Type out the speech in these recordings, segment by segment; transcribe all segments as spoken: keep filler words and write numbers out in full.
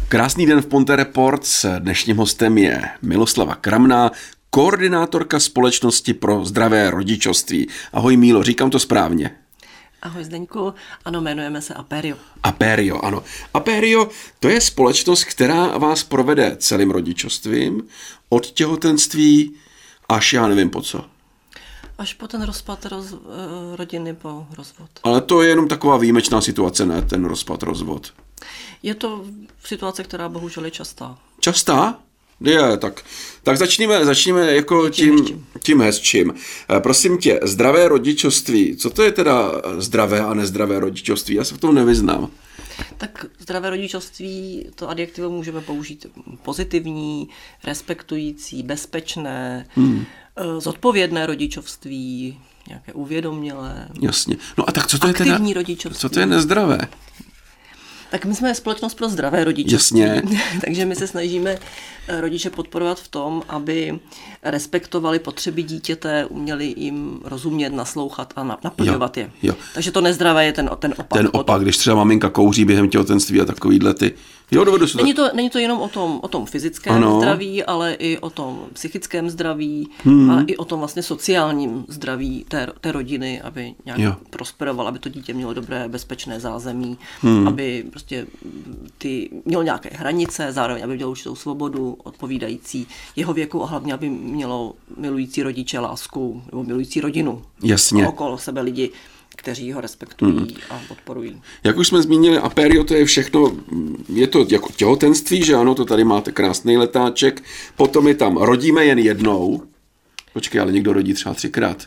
Krásný den v Ponte Reports. Dnešním hostem je Miloslava Kramná, koordinátorka Společnosti pro zdravé rodičovství. Ahoj Mílo, říkám to správně. Ahoj Zdeňku, ano, jmenujeme se Aperio. Aperio, ano. Aperio, to je společnost, která vás provede celým rodičovstvím, od těhotenství až já nevím po co. Až po ten rozpad roz, rodiny, po rozvod. Ale to je jenom taková výjimečná situace, ne ten rozpad, rozvod. Je to situace, která bohužel je častá. Častá? Je, tak, tak začněme, začněme jako tím, tím, tím hezčím. Prosím tě, zdravé rodičovství. Co to je teda zdravé a nezdravé rodičovství? Já se v tom nevyznám. Tak zdravé rodičovství, to adjektivo můžeme použít pozitivní, respektující, bezpečné, hmm. zodpovědné rodičovství, nějaké uvědomělé. Jasně. No a tak co to je teda? Aktivní rodičovství. Co to je nezdravé? Tak my jsme společnost pro zdravé rodičovství. Jasně. Takže my se snažíme rodiče podporovat v tom, aby respektovali potřeby dítěte, uměli jim rozumět, naslouchat a naplňovat jo, je. Jo. Takže to nezdravé je ten, ten opak. Ten opak, když třeba maminka kouří během těhotenství a takovýhle ty... Jo, dovedu si není, to, není to jenom o tom, o tom fyzickém ano. zdraví, ale i o tom psychickém zdraví, hmm. ale i o tom vlastně sociálním zdraví té, té rodiny, aby nějak jo. prosperoval, aby to dítě mělo dobré, bezpečné zázemí, hmm. aby prostě ty mělo nějaké hranice, zároveň aby mělo určitou svobodu odpovídající jeho věku a hlavně, aby mělo milující rodiče, lásku nebo milující rodinu. Jasně. A okolo sebe lidi, kteří ho respektují hmm. a podporují. Jak už jsme zmínili, Aperio, to je všechno, je to jako těhotenství, že ano, to tady máte krásný letáček, potom je tam rodíme jen jednou, počkej, ale někdo rodí třeba třikrát.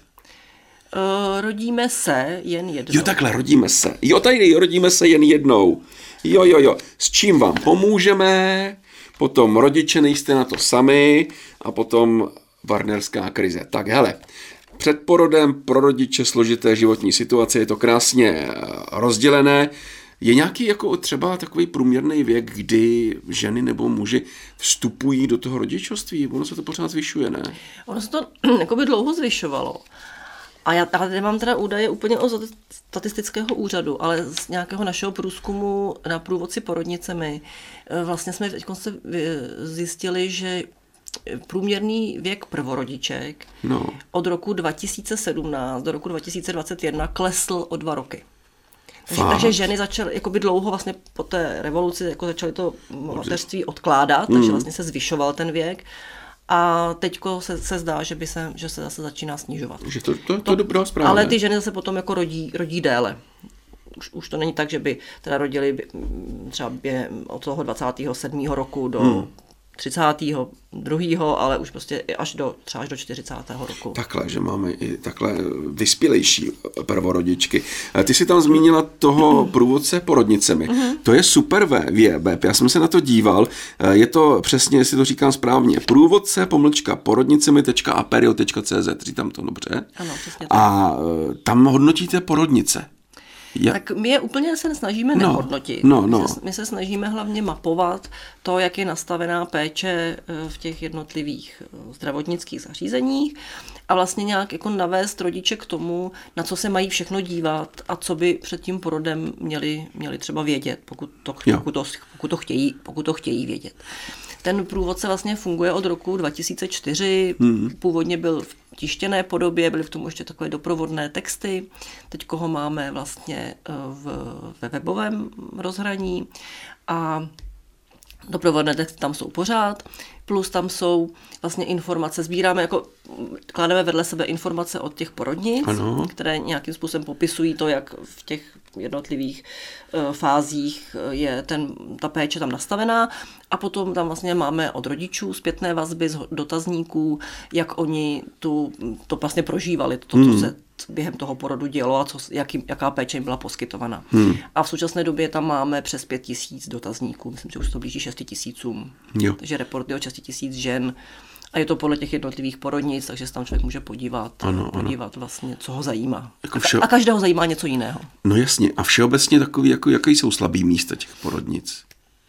Uh, rodíme se jen jednou. Jo, takhle, rodíme se. Jo, tady rodíme se jen jednou. Jo, jo, jo. S čím vám pomůžeme, potom rodiče nejste na to sami a potom partnerská krize. Tak hele, před porodem pro rodiče složité životní situace je to krásně rozdělené. Je nějaký jako třeba takový průměrný věk, kdy ženy nebo muži vstupují do toho rodičovství? Ono se to pořád zvyšuje, ne? Ono se to jako by dlouho zvyšovalo. A já tady nemám teda údaje úplně o statistického úřadu, ale z nějakého našeho průzkumu na průvodci porodnicemi vlastně jsme teď zjistili, že průměrný věk prvorodiček no. od roku dva tisíce sedmnáct do roku dva tisíce dvacet jedna klesl o dva roky. Takže, takže ženy začaly jakoby dlouho vlastně po té revoluci jako začaly to mateřství odkládat, mm. takže vlastně se zvyšoval ten věk. A teďko se, se zdá, že, by se, že se zase začíná snižovat. Že to, to, to je dobrá zpráva. Ale ty ženy zase potom jako rodí, rodí déle. Už, už to není tak, že by teda rodili třeba během od toho dvacátého sedmého roku do hmm. třicátého druhého ale už prostě až do, třeba až do čtyřicátého roku. Takhle, že máme i takhle vyspělejší prvorodičky. Ty jsi tam zmínila toho průvodce porodnicemi. Mm-hmm. To je super web, já jsem se na to díval, je to přesně, jestli to říkám správně, průvodce pomlčka porodnicemi tečka aperio tečka cé zet, říkám to dobře. Ano, přesně tak. A tam hodnotíte porodnice. Ja. Tak my je úplně se snažíme no, nehodnotit. No, no. My, se, my se snažíme hlavně mapovat to, jak je nastavená péče v těch jednotlivých zdravotnických zařízeních a vlastně nějak jako navést rodiče k tomu, na co se mají všechno dívat a co by před tím porodem měli, měli třeba vědět, pokud to, pokud to, pokud to, chtějí, pokud to chtějí vědět. Ten průvodce vlastně funguje od roku dva tisíce čtyři, hmm. původně byl v tištěné podobě, byly v tom ještě takové doprovodné texty, teď ho máme vlastně v, ve webovém rozhraní a doprovodné texty tam jsou pořád, plus tam jsou vlastně informace, sbíráme jako, klademe vedle sebe informace od těch porodnic, ano. které nějakým způsobem popisují to, jak v těch jednotlivých uh, fázích je ten, ta péče tam nastavená a potom tam vlastně máme od rodičů zpětné vazby z dotazníků, jak oni tu, to vlastně prožívali, to, hmm. co se během toho porodu dělo a co, jaký, jaká péče jim byla poskytovaná. Hmm. A v současné době tam máme přes pět tisíc dotazníků, myslím, že už to blíží šesti tisícům. Jo. Takže reporty o šesti tisíc žen a je to podle těch jednotlivých porodnic, takže se tam člověk může podívat, ano, podívat ano. vlastně, co ho zajímá. Jako vše... A každého zajímá něco jiného. No jasně, a všeobecně takový, jako, jaký jsou slabý místa těch porodnic?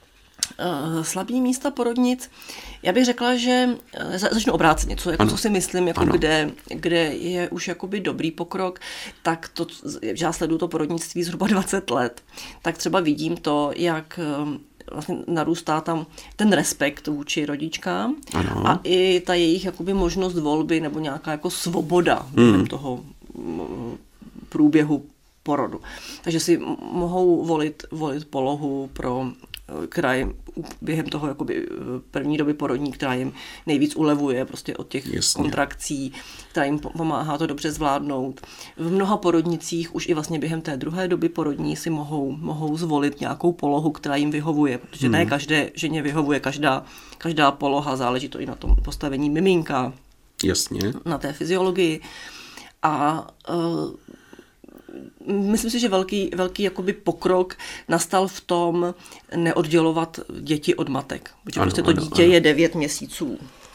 Uh, slabý místa porodnic, já bych řekla, že začnu obráceně, co, jako, co si myslím, jako kde, kde je už jakoby dobrý pokrok, tak to, že já sleduju to porodnictví zhruba dvacet let, tak třeba vidím to, jak vlastně narůstá tam ten respekt vůči rodičkám ano. a i ta jejich jakoby možnost volby nebo nějaká jako svoboda hmm. toho průběhu porodu. Takže si mohou volit, volit polohu pro kraj během toho jakoby první doby porodní, která jim nejvíc ulevuje prostě od těch Jasně. kontrakcí, která jim pomáhá to dobře zvládnout. V mnoha porodnicích už i vlastně během té druhé doby porodní si mohou, mohou zvolit nějakou polohu, která jim vyhovuje, protože hmm. ne každé ženě vyhovuje každá, každá poloha, záleží to i na tom postavení miminka, Jasně. na té fyziologii. A uh, myslím si, že velký, velký jakoby pokrok nastal v tom neoddělovat děti od matek. Protože ano, prostě to ano, dítě ano. je devět měsíců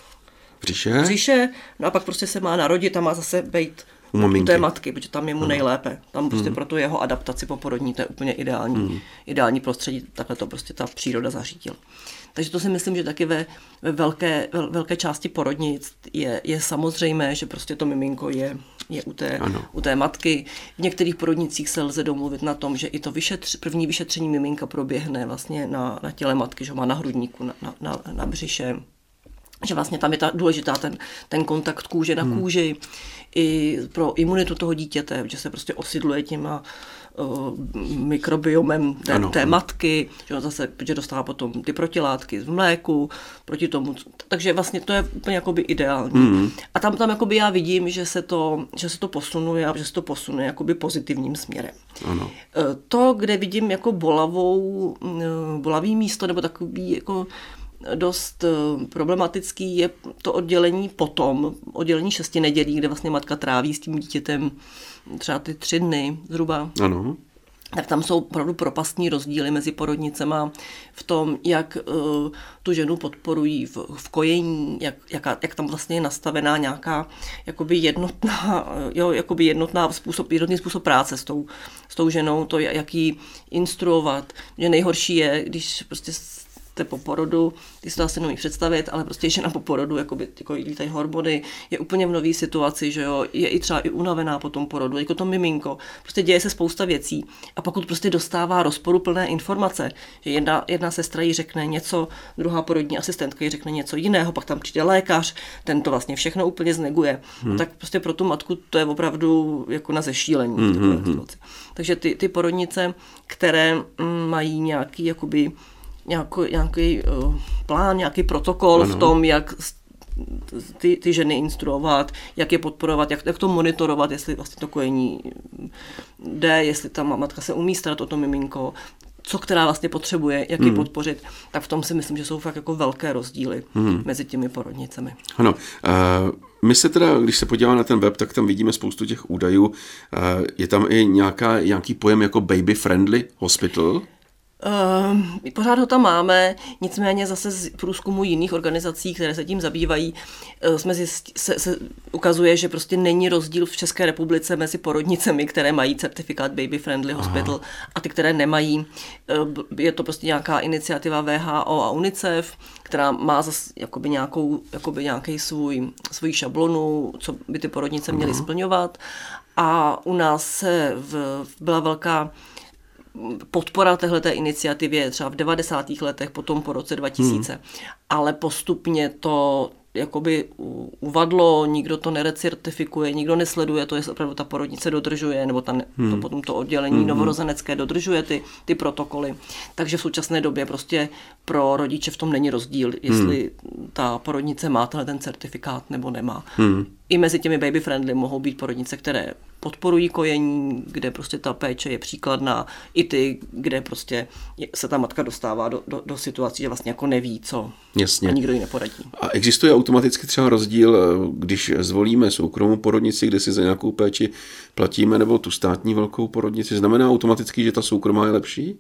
v břiše. v břiše, no a pak prostě se má narodit a má zase být u, u té matky, protože tam je mu ano. nejlépe. Tam prostě hmm. pro tu jeho adaptaci poporodní to je úplně ideální, hmm. ideální prostředí, takhle to prostě ta příroda zařídila. Takže to si myslím, že taky ve, ve velké, ve velké části porodnic je, je samozřejmé, že prostě to miminko je, je u, té, u té matky. V některých porodnicích se lze domluvit na tom, že i to vyšetř, první vyšetření miminka proběhne vlastně na, na těle matky, že má na hrudníku, na, na, na, na břiše. Že vlastně tam je ta důležitá ten, ten kontakt kůže na hmm. kůži i pro imunitu toho dítěte, že se prostě osidluje těma uh, mikrobiomem té, ano, té matky, že on zase že dostává potom ty protilátky v mléku proti tomu. Takže vlastně to je úplně jakoby ideální. Hmm. A tam, tam jakoby já vidím, že se to, že se to posunuje a že se to posune jakoby pozitivním směrem. Ano. To, kde vidím jako bolavou, bolavý místo nebo takový jako dost problematický je to oddělení potom, oddělení šesti nedělí, kde vlastně matka tráví s tím dítětem třeba ty tři dny zhruba. Ano. Tak tam jsou opravdu propastní rozdíly mezi porodnicema v tom, jak uh, tu ženu podporují v, v kojení, jak, jaká, jak tam vlastně je nastavená nějaká jakoby jednotná, jo, jakoby jednotná způsob, jednotný způsob práce s tou, s tou ženou, to jak ji instruovat. Že nejhorší je, když prostě po porodu, ty si to asi nemůžeš představit, ale prostě žena po porodu, jakoby, jako lítají hormony, je úplně v nové situaci, že jo, je i třeba i unavená po tom porodu, jako to miminko, prostě děje se spousta věcí a pokud prostě dostává rozporuplné informace, že jedna, jedna sestra jí řekne něco, druhá porodní asistentka jí řekne něco jiného, pak tam přijde lékař, ten to vlastně všechno úplně zneguje, hmm. no, tak prostě pro tu matku to je opravdu jako na zešílení. Hmm, hmm, hmm. Takže ty, ty porodnice, které mm, mají nějaký jakoby Nějaký, nějaký uh, plán, nějaký protokol ano. v tom, jak ty, ty ženy instruovat, jak je podporovat, jak, jak to monitorovat, jestli vlastně to kojení jde, jestli ta matka se umí starat o to miminko, co která vlastně potřebuje, jak ji hmm. podpořit, tak v tom si myslím, že jsou fakt jako velké rozdíly hmm. mezi těmi porodnicemi. Ano. Uh, my se teda, když se podíváme na ten web, tak tam vidíme spoustu těch údajů. Uh, je tam i nějaká, nějaký pojem jako baby friendly hospital? Uh, pořád ho tam máme, nicméně zase z průzkumu jiných organizací, které se tím zabývají, uh, jsme zjist, se, se ukazuje, že prostě není rozdíl v České republice mezi porodnicemi, které mají certifikát Baby Friendly Hospital Aha. a ty, které nemají. Uh, je to prostě nějaká iniciativa W H O a UNICEF, která má zase jakoby nějakou, jakoby nějaký svůj, svůj šablonu, co by ty porodnice měly Aha. splňovat. A u nás se v, byla velká podpora téhleté iniciativě třeba v devadesátých letech, potom po roce dva tisíce. Hmm. Ale postupně to jakoby uvadlo, nikdo to nerecertifikuje, nikdo nesleduje, to je opravdu ta porodnice dodržuje, nebo ta, hmm. to potom to oddělení hmm. novorozenecké dodržuje ty, ty protokoly. Takže v současné době prostě pro rodiče v tom není rozdíl, jestli hmm. ta porodnice má tenhle ten certifikát nebo nemá. Hmm. I mezi těmi baby friendly mohou být porodnice, které podporují kojení, kde prostě ta péče je příkladná, i ty, kde prostě se ta matka dostává do, do, do situací, že vlastně jako neví, co Jasně. a nikdo jí neporadí. A existuje automaticky třeba rozdíl, když zvolíme soukromou porodnici, kde si za nějakou péči platíme, nebo tu státní velkou porodnici, znamená automaticky, že ta soukromá je lepší?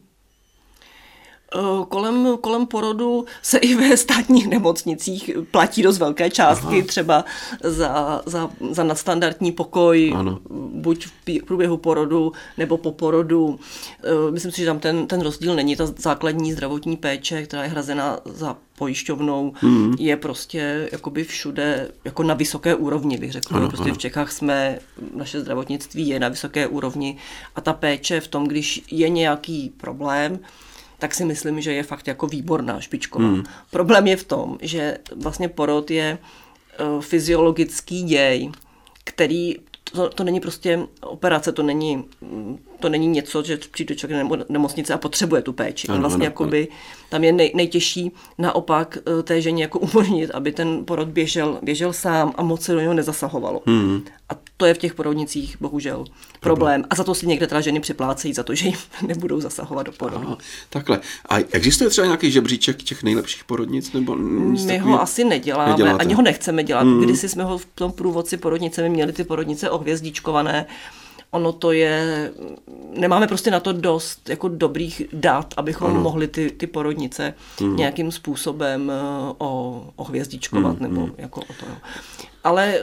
Kolem, kolem porodu se i ve státních nemocnicích platí dost velké částky, Aha. třeba za, za, za nadstandardní pokoj, ano. buď v průběhu porodu nebo po porodu. Myslím si, že tam ten, ten rozdíl není. Ta základní zdravotní péče, která je hrazena za pojišťovnou, mm. je prostě jakoby všude jako na vysoké úrovni, bych řekl. Ano, prostě ano. v Čechách jsme, naše zdravotnictví je na vysoké úrovni a ta péče v tom, když je nějaký problém, tak si myslím, že je fakt jako výborná, špičková. Hmm. Problém je v tom, že vlastně porod je uh, fyziologický děj, který, to, to není prostě operace, to není, to není něco, že přijde člověk do nemocnice a potřebuje tu péči. Ano, vlastně ano, jakoby, tam je nej, nejtěžší naopak té ženě jako umožnit, aby ten porod běžel, běžel sám a moc se do něho nezasahovalo. Hmm. A to je v těch porodnicích bohužel problém. A za to si někde teda ženy připlácejí, za to, že jim nebudou zasahovat do porodu. Aha, takhle. A existuje třeba nějaký žebříček těch nejlepších porodnic? Nebo My ho asi neděláme, neděláte. Ani ho nechceme dělat. Hmm. Kdysi jsme ho v tom průvodci porodnice, měli ty porodnice ohvězdíčkované. Ono to je, nemáme prostě na to dost jako dobrých dat, abychom ano. mohli ty, ty porodnice hmm. nějakým způsobem o, ohvězdíčkovat, hmm. nebo jako o to. Ale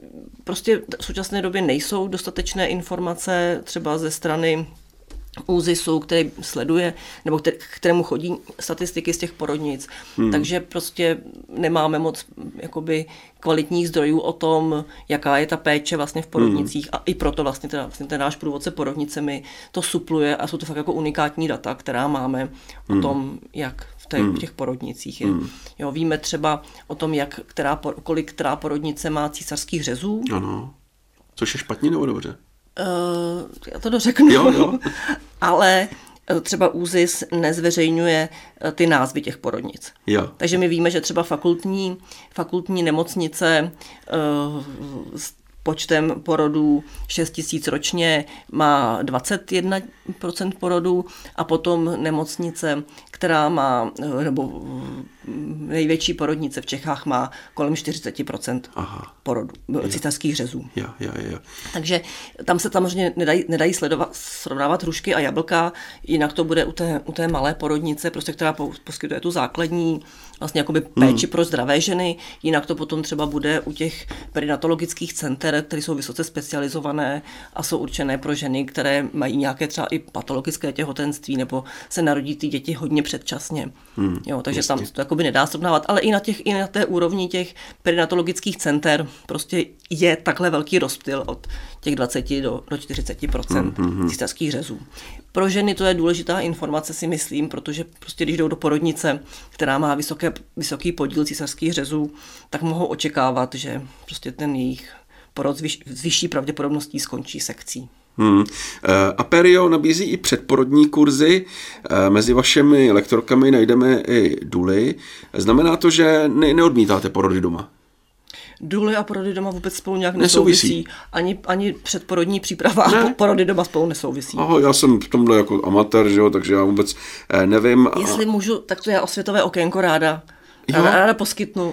prostě v současné době nejsou dostatečné informace třeba ze strany ÚZISu, který sleduje, nebo který, kterému chodí statistiky z těch porodnic. Hmm. Takže prostě nemáme moc jakoby kvalitních zdrojů o tom, jaká je ta péče vlastně v porodnicích hmm. a i proto vlastně, teda, vlastně ten náš průvodce porodnicemi to supluje a jsou to fakt jako unikátní data, která máme hmm. o tom, jak v, té, hmm. v těch porodnicích je. Hmm. Jo, víme třeba o tom, jak, která, kolik která porodnice má císařských řezů. Ano, což je špatně nebo dobře? Uh, já to dořeknu, jo, jo. ale třeba ÚZIS nezveřejňuje ty názvy těch porodnic. Jo. Takže my víme, že třeba fakultní, fakultní nemocnice uh, s počtem porodů šest tisíc ročně má dvacet jedna procent porodů a potom nemocnice, která má, nebo největší porodnice v Čechách má kolem čtyřicet procent Aha. porodů, císařských řezů. Jo, jo, jo. Takže tam se samozřejmě nedají, nedají sledovat, srovnávat hrušky a jablka, jinak to bude u té, u té malé porodnice, prostě, která poskytuje tu základní vlastně jakoby péči hmm. pro zdravé ženy, jinak to potom třeba bude u těch perinatologických center, které jsou vysoce specializované a jsou určené pro ženy, které mají nějaké třeba i patologické těhotenství nebo se narodí ty děti hodně předčasně. Hmm. Jo, takže Jistě. Tam to jakoby nedá srovnávat, ale i na, těch, i na té úrovni těch perinatologických center prostě je takhle velký rozptyl od těch dvacet do, do čtyřicet procent hmm. císařských řezů. Pro ženy to je důležitá informace, si myslím, protože prostě když jdou do porodnice, která má vysoké, vysoký podíl císařských řezů, tak mohou očekávat, že prostě ten jejich porod s, vyš, s vyšší pravděpodobností skončí sekcí. Hmm. Aperio nabízí i předporodní kurzy. Mezi vašimi lektorkami najdeme i duly. Znamená to, že ne, neodmítáte porody doma? Duly a porody doma vůbec spolu nějak nesouvisí. nesouvisí. Ani, ani předporodní příprava ne. a porody doma spolu nesouvisí. Aha, já jsem v tomhle jako amatér, že jo, takže já vůbec nevím. Jestli můžu, tak to já osvětové okénko ráda, ráda, ráda poskytnu.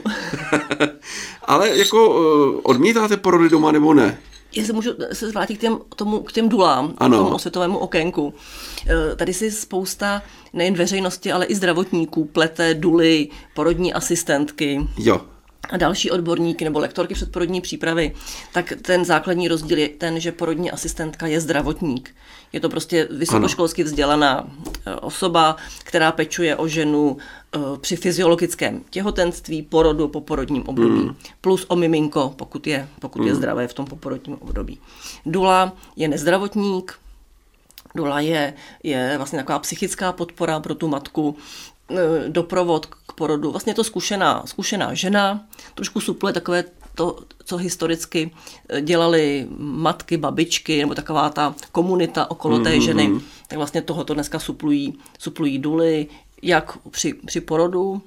Ale jako odmítáte porody doma nebo ne? Jestli můžu se zvrátit k těm, tomu, k těm dulám, ano. k tomu osvětovému okénku. Tady si spousta nejen veřejnosti, ale i zdravotníků plete duly, porodní asistentky. Jo. A další odborníky nebo lektorky předporodní přípravy, tak ten základní rozdíl je ten, že porodní asistentka je zdravotník. Je to prostě vysokoškolsky vzdělaná osoba, která pečuje o ženu při fyziologickém těhotenství, porodu, poporodním období. Mm. Plus o miminko, pokud je, pokud mm. je zdravé v tom poporodním období. Dula je nezdravotník, dula je, je vlastně taková psychická podpora pro tu matku, doprovod k porodu. Vlastně je to zkušená, zkušená žena, trošku supluje takové to, co historicky dělali matky, babičky, nebo taková ta komunita okolo té ženy. Mm-hmm. Tak vlastně tohoto dneska suplují, suplují duly, jak při, při porodu,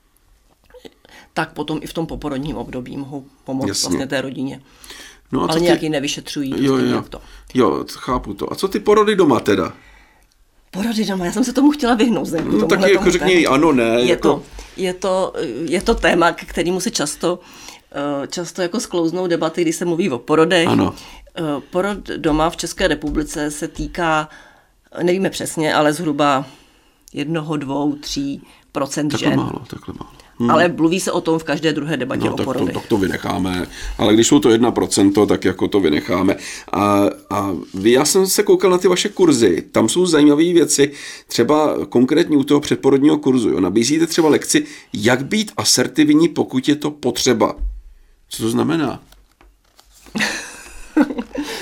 tak potom i v tom poporodním období mohou pomoct Jasně. vlastně té rodině. No a ale nějak ji ty... nevyšetřují. Jo, jo. To. jo, chápu to. A co ty porody doma teda? Porody doma, já jsem se tomu chtěla vyhnout. No tak jako řekni ano, ne. Je, jako... to, je, to, je to téma, k kterému se často, často jako sklouznou debaty, když se mluví o porodech. Ano. Porod doma v České republice se týká, nevíme přesně, ale zhruba jednoho, dvou, tří procent takhle žen. Málo, takhle málo. Hmm. Ale mluví se o tom v každé druhé debatě no, o tak porodech. To, tak to vynecháme. Ale když jsou to jedna procento, tak jako to vynecháme. A, a já jsem se koukal na ty vaše kurzy. Tam jsou zajímavé věci. Třeba konkrétně u toho předporodního kurzu. Jo. Nabízíte třeba lekci, jak být asertivní, pokud je to potřeba. Co to znamená?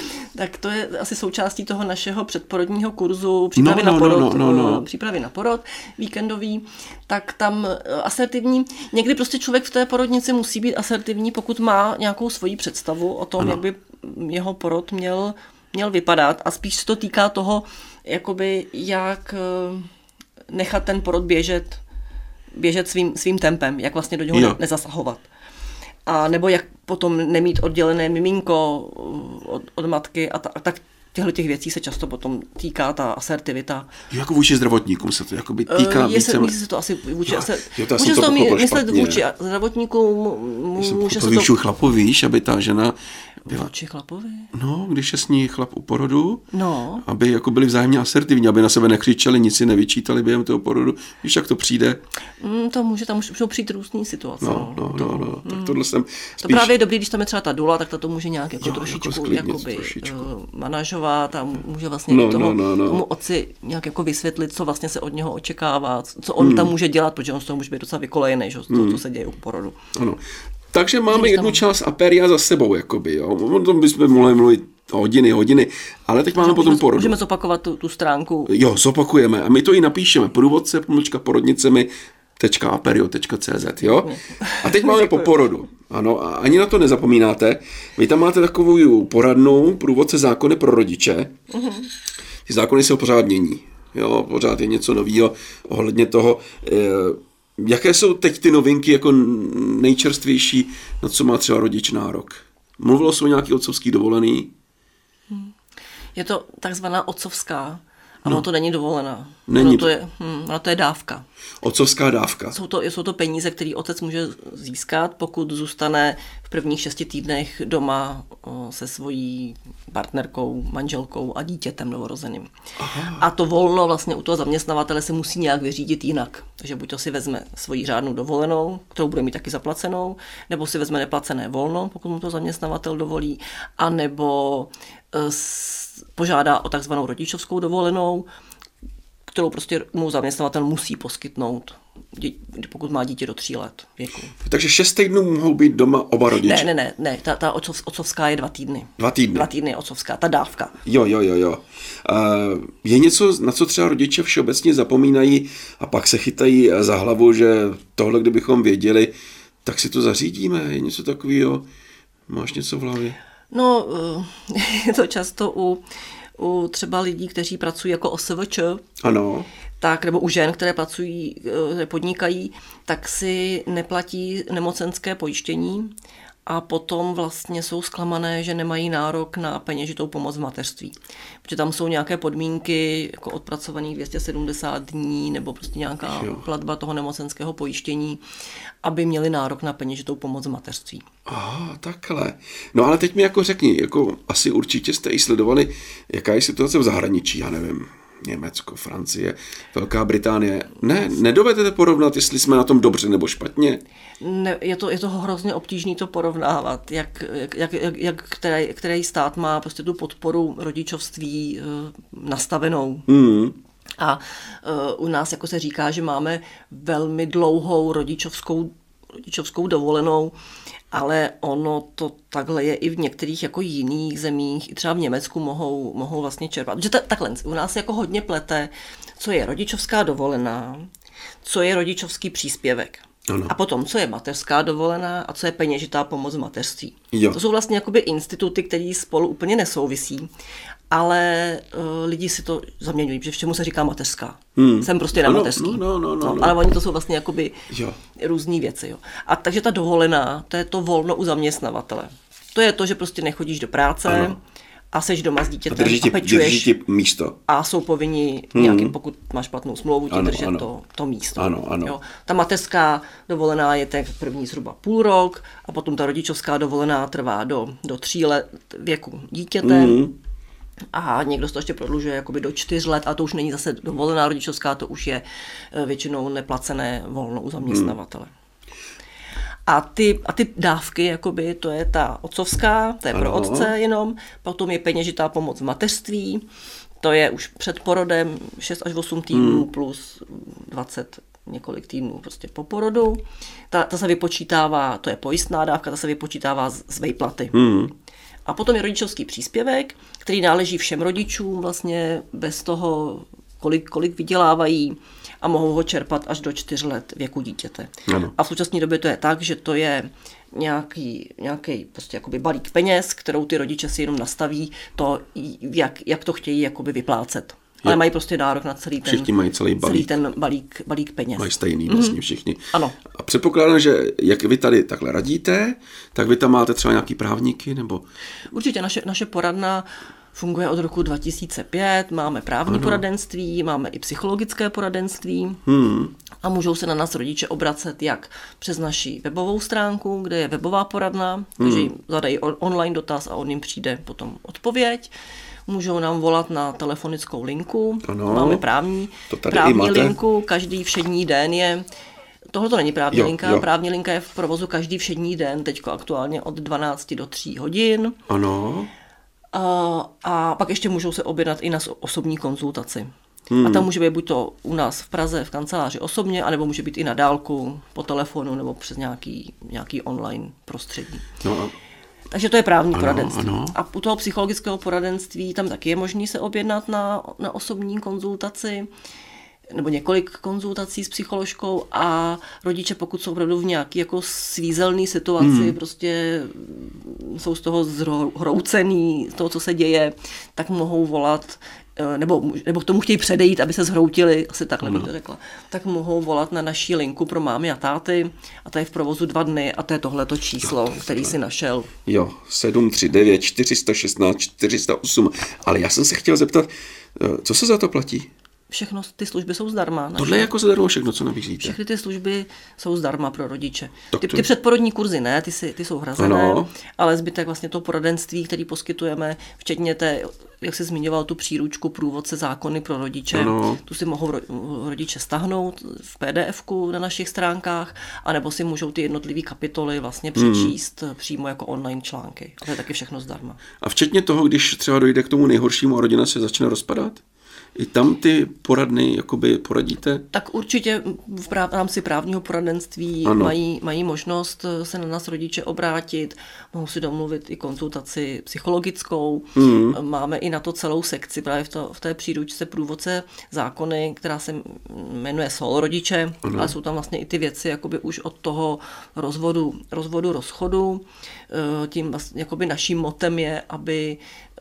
Tak to je asi součástí toho našeho předporodního kurzu přípravy, no, na, no, porod, no, no, no. přípravy na porod víkendový, tak tam asertivní, někdy prostě člověk v té porodnici musí být asertivní, pokud má nějakou svoji představu o tom, ano. jak by jeho porod měl, měl vypadat a spíš se to týká toho, jakoby jak nechat ten porod běžet, běžet svým, svým tempem, jak vlastně do něho jo. nezasahovat. A nebo jak potom nemít oddělené miminko od, od matky a, ta, a tak těchto těch věcí se často potom týká ta asertivita. Jako vůči zdravotníkům se to jakoby týká je více. Myslí se to asi vůči, jo, se, jo, to může se to myslet špatně. Vůči zdravotníkům, může se to... Vůči chlapovi, víš, aby ta žena... Byla... Vůči chlapovi? No, když je s ní chlap u porodu, no. aby jako byli vzájemně asertivní, aby na sebe nekřičeli, nic si nevyčítali během toho porodu. Víš, jak to přijde? Mm, to může, tam můžou přijít různý situace. No, no, no, no. Mm. Tak tohle jsem spíš... To právě je dobrý, když tam je třeba ta dula, tak ta to může nějak jako jo, trošičku, jako sklidnit, jakoby, trošičku. Uh, manažovat a může vlastně no, toho, no, no, no. tomu otci nějak jako vysvětlit, co vlastně se od něho očekává, co on mm. tam může dělat, protože on z toho může být docela vykolejený, že? To, mm. co se děje u porodu. Ano. Takže máme jednu tam... část aperia za sebou, jakoby, jo. O tom bychom mohli mluvit hodiny, hodiny, ale teď máme můžeme, potom porodu. Můžeme zopakovat tu, tu stránku. Jo, zopakujeme a my to i napíšeme. Průvodce, pomlčka porodnicemi, tečka aperio tečka cé zet, jo. A teď máme po porodu. Ano, a ani na to nezapomínáte. Vy tam máte takovou poradnu, průvodce zákony pro rodiče. Uh-huh. Ty zákony se pořád mění. Jo, pořád je něco nového ohledně toho, e, jaké jsou teď ty novinky jako nejčerstvější, na co má třeba rodič nárok? Mluvilo se o nějaký otcovský dovolený? Je to takzvaná otcovská. No. Ono to není dovolená. Není ono to. to je, hm, ono to je dávka. Otcovská dávka. Jsou to, jsou to peníze, které otec může získat, pokud zůstane v prvních šesti týdnech doma o, se svojí partnerkou, manželkou a dítětem novorozeným. Aha. A to volno vlastně u toho zaměstnavatele se musí nějak vyřídit jinak. Takže buď to si vezme svoji řádnou dovolenou, kterou bude mít taky zaplacenou, nebo si vezme neplacené volno, pokud mu to zaměstnavatel dovolí, anebo s, požádá o takzvanou rodičovskou dovolenou, kterou prostě mu zaměstnavatel musí poskytnout, pokud má dítě do tří let věku. Takže šest týdnů mohou být doma oba rodiče? Ne, ne, ne, ne. Ta, ta otcov, otcovská je dva týdny. Dva týdny? Dva týdny je otcovská, ta dávka. Jo, jo, jo, jo. Uh, je něco, na co třeba rodiče všeobecně zapomínají a pak se chytají za hlavu, že tohle, kdybychom věděli, tak si to zařídíme? Je něco takového? Máš něco v hlavě? No, je to často u, u třeba lidí, kteří pracují jako O S V Č. Ano. Tak, nebo u žen, které pracují, které podnikají, tak si neplatí nemocenské pojištění a potom vlastně jsou zklamané, že nemají nárok na peněžitou pomoc v mateřství. Protože tam jsou nějaké podmínky, jako odpracovaných dvě stě sedmdesát dní, nebo prostě nějaká jo. platba toho nemocenského pojištění, aby měli nárok na peněžitou pomoc v mateřství. Aha, takhle. No ale teď mi jako řekni, jako asi určitě jste i sledovali, jaká je situace v zahraničí, já nevím. Německo, Francie, Velká Británie. Ne, nedovedete porovnat, jestli jsme na tom dobře nebo špatně? Ne, je to, je to hrozně obtížné to porovnávat, jak, jak, jak, jak který, který stát má prostě tu podporu rodičovství uh, nastavenou. Mm. A uh, u nás jako se říká, že máme velmi dlouhou rodičovskou, rodičovskou dovolenou, ale ono to takhle je i v některých jako jiných zemích, i třeba v Německu mohou, mohou vlastně čerpat. Protože ta, takhle, u nás jako hodně plete, co je rodičovská dovolená, co je rodičovský příspěvek. Ano. A potom, co je mateřská dovolená a co je peněžitá pomoc v mateřství. Jo. To jsou vlastně jakoby instituty, které spolu úplně nesouvisí, ale uh, lidi si to zaměňují, protože všemu se říká mateřská. Hmm. Jsem prostě na ano, mateřský. No, no, no, no, no, ale oni to jsou vlastně jakoby jo. různý věci. Jo. A takže ta dovolená, to je to volno u zaměstnavatele. To je to, že prostě nechodíš do práce, ano. a seš doma s dítětem a, ti, a pečuješ. Ti místo. A jsou povinni hmm. nějakým, pokud máš špatnou smlouvu, ti ano, držet ano. To, to místo. Ano, ano. Jo. Ta mateřská dovolená je tak první zhruba půl rok a potom ta rodičovská dovolená trvá do, do tří let věku dítěte. Hmm. A někdo to ještě prodlužuje jakoby do čtyř let a to už není zase dovolená rodičovská, to už je většinou neplacené volno u zaměstnavatele. Hmm. A ty, a ty dávky, jakoby, to je ta otcovská, to je pro ano. otce jenom, potom je peněžitá pomoc v mateřství, to je už před porodem šest až osm týdnů hmm. plus dvacet několik týdnů prostě po porodu. Ta, ta se vypočítává, to je pojistná dávka, ta se vypočítává z, z vejplaty. Hmm. A potom je rodičovský příspěvek, který náleží všem rodičům vlastně bez toho, kolik, kolik vydělávají a mohou ho čerpat až do čtyř let věku dítěte. Ano. A v současné době to je tak, že to je nějaký, nějaký prostě jakoby balík peněz, kterou ty rodiče si jenom nastaví to, jak, jak to chtějí jakoby vyplácet. Ale mají prostě nárok na celý ten, všichni mají celý balík. celý ten balík, balík peněz. Mají stejný vlastně všichni. Ano. A předpokládám, že jak vy tady takhle radíte, tak vy tam máte třeba nějaký právníky, nebo... Určitě naše, naše poradna funguje od roku dva tisíce pět, máme právní ano. poradenství, máme i psychologické poradenství hmm. a můžou se na nás rodiče obracet jak přes naši webovou stránku, kde je webová poradna, hmm. takže jim zadají online dotaz a on jim přijde potom odpověď. Můžou nám volat na telefonickou linku, ano, máme právní, právní linku, každý všední den je, tohle to není právní jo, linka, jo. právní linka je v provozu každý všední den, teďko aktuálně od dvanácti do tří hodin. Ano. A, a pak ještě můžou se objednat i na osobní konzultaci. Hmm. A tam může být buď to u nás v Praze v kanceláři osobně, anebo může být i na dálku, po telefonu nebo přes nějaký, nějaký online prostředí. No. Takže to je právní ano, poradenství. Ano. A u toho psychologického poradenství tam taky je možné se objednat na, na osobní konzultaci nebo několik konzultací s psycholožkou a rodiče, pokud jsou opravdu v nějaké jako svízelné situaci, hmm. prostě jsou z toho zhroucený, z toho, co se děje, tak mohou volat, nebo, nebo k tomu chtějí předejít, aby se zhroutili, asi takhle bych to řekla, tak mohou volat na naší linku pro mámy a táty a to je v provozu dva dny a to je tohleto číslo, jo, který si našel. Jo, sedm tři devět čtyři jedna šest čtyři nula osm, ale já jsem se chtěl zeptat, co se za to platí? Všechno ty služby jsou zdarma. Naše. Tohle je jako zadarmo všechno, co nabízíte. Všechny ty služby jsou zdarma pro rodiče. Ty, ty předporodní kurzy ne, ty, si, ty jsou hrazené, ano. ale zbytek vlastně to poradenství, který poskytujeme, včetně té, jak jsi zmiňoval, tu příručku Průvodce zákony pro rodiče, ano. tu si mohou rodiče stáhnout v pé dé efku na našich stránkách, anebo si můžou ty jednotlivé kapitoly vlastně přečíst hmm. přímo jako online články. A to je taky všechno zdarma. A včetně toho, když třeba dojde k tomu nejhoršímu a rodina se začne rozpadat? I tam ty poradny jakoby poradíte? Tak určitě v práv, rámci právního poradenství mají, mají možnost se na nás rodiče obrátit, mohou si domluvit i konzultaci psychologickou. Mm. Máme i na to celou sekci právě v, to, v té příručce Průvodce zákony, která se jmenuje Sol rodiče, ano. ale jsou tam vlastně i ty věci jakoby už od toho rozvodu, rozvodu rozchodu. Tím vlastně jakoby naším motem je, aby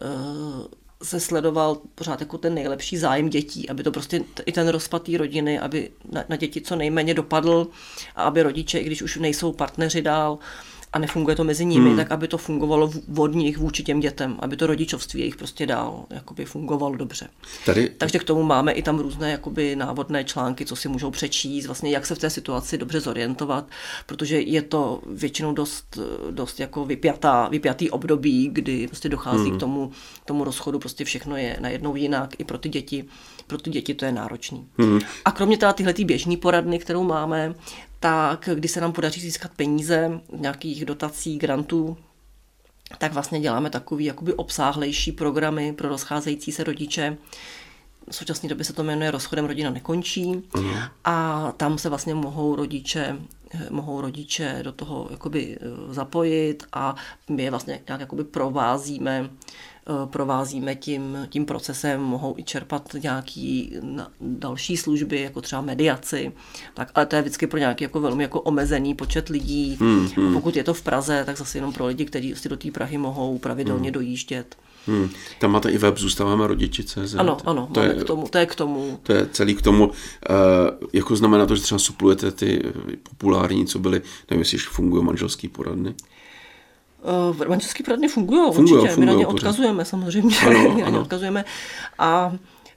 se sledoval pořád jako ten nejlepší zájem dětí, aby to prostě i ten rozpad té rodiny, aby na, na děti co nejméně dopadl a aby rodiče, i když už nejsou partneři dál a nefunguje to mezi nimi, hmm. tak aby to fungovalo od nich vůči těm dětem, aby to rodičovství jejich prostě dál jakoby fungovalo dobře. Tady... Takže k tomu máme i tam různé jakoby návodné články, co si můžou přečíst, vlastně jak se v té situaci dobře zorientovat, protože je to většinou dost, dost jako vypjatá, vypjatý období, kdy prostě dochází hmm. k tomu, tomu rozchodu, prostě všechno je najednou jinak i pro ty děti. Pro ty děti to je náročný. Hmm. A kromě teda tyhletý běžný poradny, kterou máme, tak když se nám podaří získat peníze, nějakých dotací, grantů, tak vlastně děláme takový jakoby obsáhlejší programy pro rozcházející se rodiče. V současné době se to jmenuje Rozchodem rodina nekončí uh-huh. a tam se vlastně mohou rodiče, mohou rodiče do toho jakoby zapojit a my je vlastně nějak jakoby provázíme provázíme tím, tím procesem, mohou i čerpat nějaký další služby, jako třeba mediaci, tak, ale to je vždycky pro nějaký jako velmi jako omezený počet lidí. Hmm, hmm. A pokud je to v Praze, tak zase jenom pro lidi, kteří si do té Prahy mohou pravidelně hmm. dojíždět. Hmm. Tam máte i web Zůstáváme rodiči tečka cé zet. Ano, ano, to je, k tomu, to je k tomu. To je celý k tomu. Uh, jako znamená to, že třeba suplujete ty populární, co byly, nevím, jestli fungují manželský poradny? Uh, manželský poradny fungují, určitě. Fungujou, my na ně odkazujeme samozřejmě. Ano, my na ně odkazujeme. A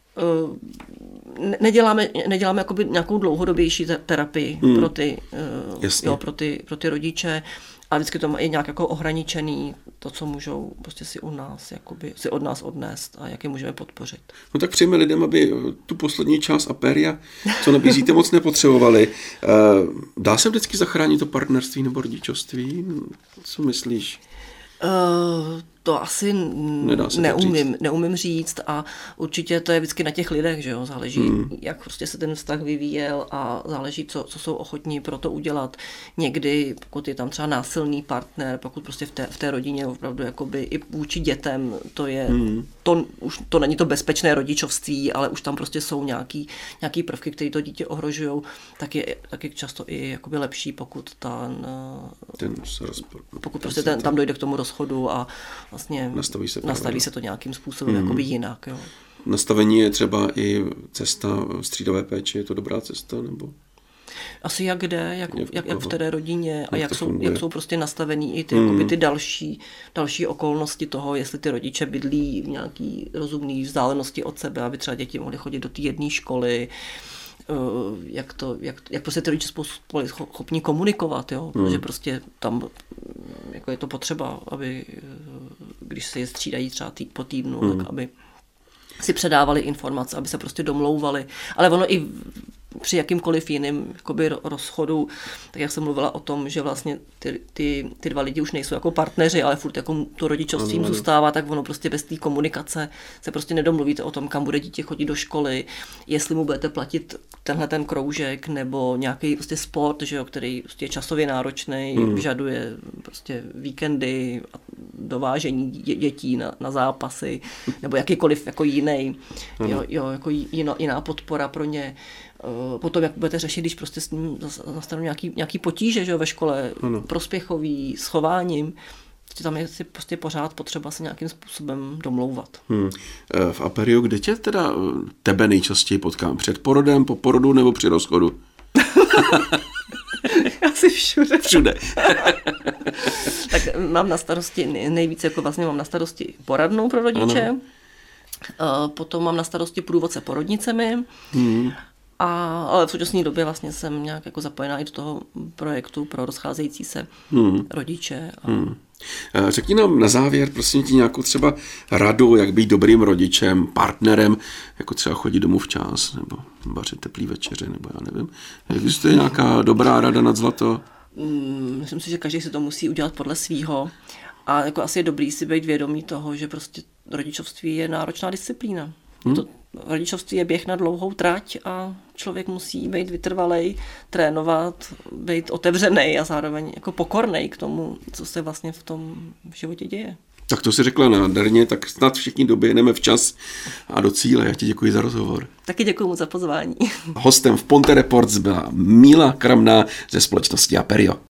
uh, neděláme, neděláme jakoby nějakou dlouhodobější terapii hmm. pro, ty, uh, jo, pro, ty, pro ty rodiče. A vždycky to je nějak jako ohraničený, to, co můžou prostě si u nás, jakoby, si od nás odnést a jak je můžeme podpořit. No tak přejeme lidem, aby tu poslední část Aperia, co nabízíte, moc nepotřebovali. Dá se vždycky zachránit to partnerství nebo rodičovství? Co myslíš? Uh, To asi neumím, neumím říct a určitě to je vždycky na těch lidech, že jo, záleží, hmm. jak prostě se ten vztah vyvíjel a záleží, co, co jsou ochotní pro to udělat. Někdy, pokud je tam třeba násilný partner, pokud prostě v té, v té rodině opravdu jakoby i vůči dětem, to je, hmm. to, už to není to bezpečné rodičovství, ale už tam prostě jsou nějaký, nějaký prvky, které to dítě ohrožujou, tak je, tak je často i jakoby lepší, pokud ten, ten rozpor, pokud prostě ten, tam dojde k tomu rozchodu a vlastně nastaví se, nastaví se to nějakým způsobem mm. jakoby jinak. Jo. Nastavení je třeba i cesta střídavé péče, je to dobrá cesta? Nebo? Asi jak kde, jak, jak, jak v té rodině a jak, jak, jsou, jak jsou prostě nastavený i ty, mm. jakoby ty další, další okolnosti toho, jestli ty rodiče bydlí v nějaký rozumný vzdálenosti od sebe, aby třeba děti mohly chodit do té jedné školy, jak, to, jak, jak prostě ty rodiče spolu schopní komunikovat, jo? Mm. Protože prostě tam jako je to potřeba, aby když se je střídají třeba tý, po týdnu, mm. tak aby si předávali informace, aby se prostě domlouvali. Ale ono i při jakýmkoliv jiným jakoby, rozchodu, tak jak jsem mluvila o tom, že vlastně ty, ty, ty dva lidi už nejsou jako partneři, ale furt jako to rodičovství jim zůstává, tak ono prostě bez té komunikace se prostě nedomluvíte o tom, kam bude dítě chodit do školy, jestli mu budete platit tenhle ten kroužek nebo nějaký prostě sport, že jo, který prostě je časově náročný, mm. vyžaduje prostě víkendy, dovážení dětí na, na zápasy nebo jakýkoliv jako jiný, jo, jo, jako jiná, jiná podpora pro ně. Potom, jak budete řešit, když prostě s ním nastanou nějaký, nějaký potíže, že jo, ve škole, ano. prospěchový, s chováním, tam je si prostě pořád potřeba se nějakým způsobem domlouvat. Hmm. V Aperio, kde tě teda tebe nejčastěji potkám? Před porodem, po porodu nebo při rozchodu? Asi všude. Všude. Tak mám na starosti, nejvíce jako vlastně mám na starosti poradnou pro rodiče, ano. Potom mám na starosti průvodce porodnicemi, hmm. A, ale v současné době vlastně jsem nějak jako zapojená i do toho projektu pro rozcházející se hmm. rodiče. A... Hmm. Řekni nám na závěr, prosím ti, nějakou třeba radu, jak být dobrým rodičem, partnerem, jako třeba chodit domů včas, nebo vařit teplý večeře, nebo já nevím. Existuje nějaká dobrá rada nad zlato? Myslím si, že každý si to musí udělat podle svýho. A jako asi je dobrý si být vědomý toho, že prostě rodičovství je náročná disciplína. Hmm. To rodičovství je běh na dlouhou trať a člověk musí být vytrvalej, trénovat, být otevřený a zároveň jako pokornej k tomu, co se vlastně v tom životě děje. Tak to si řekla nádherně, tak snad všichni doběhneme včas a do cíle. Já ti děkuji za rozhovor. Taky děkuji moc za pozvání. Hostem v Ponte Reports byla Míla Kramná ze společnosti Aperio.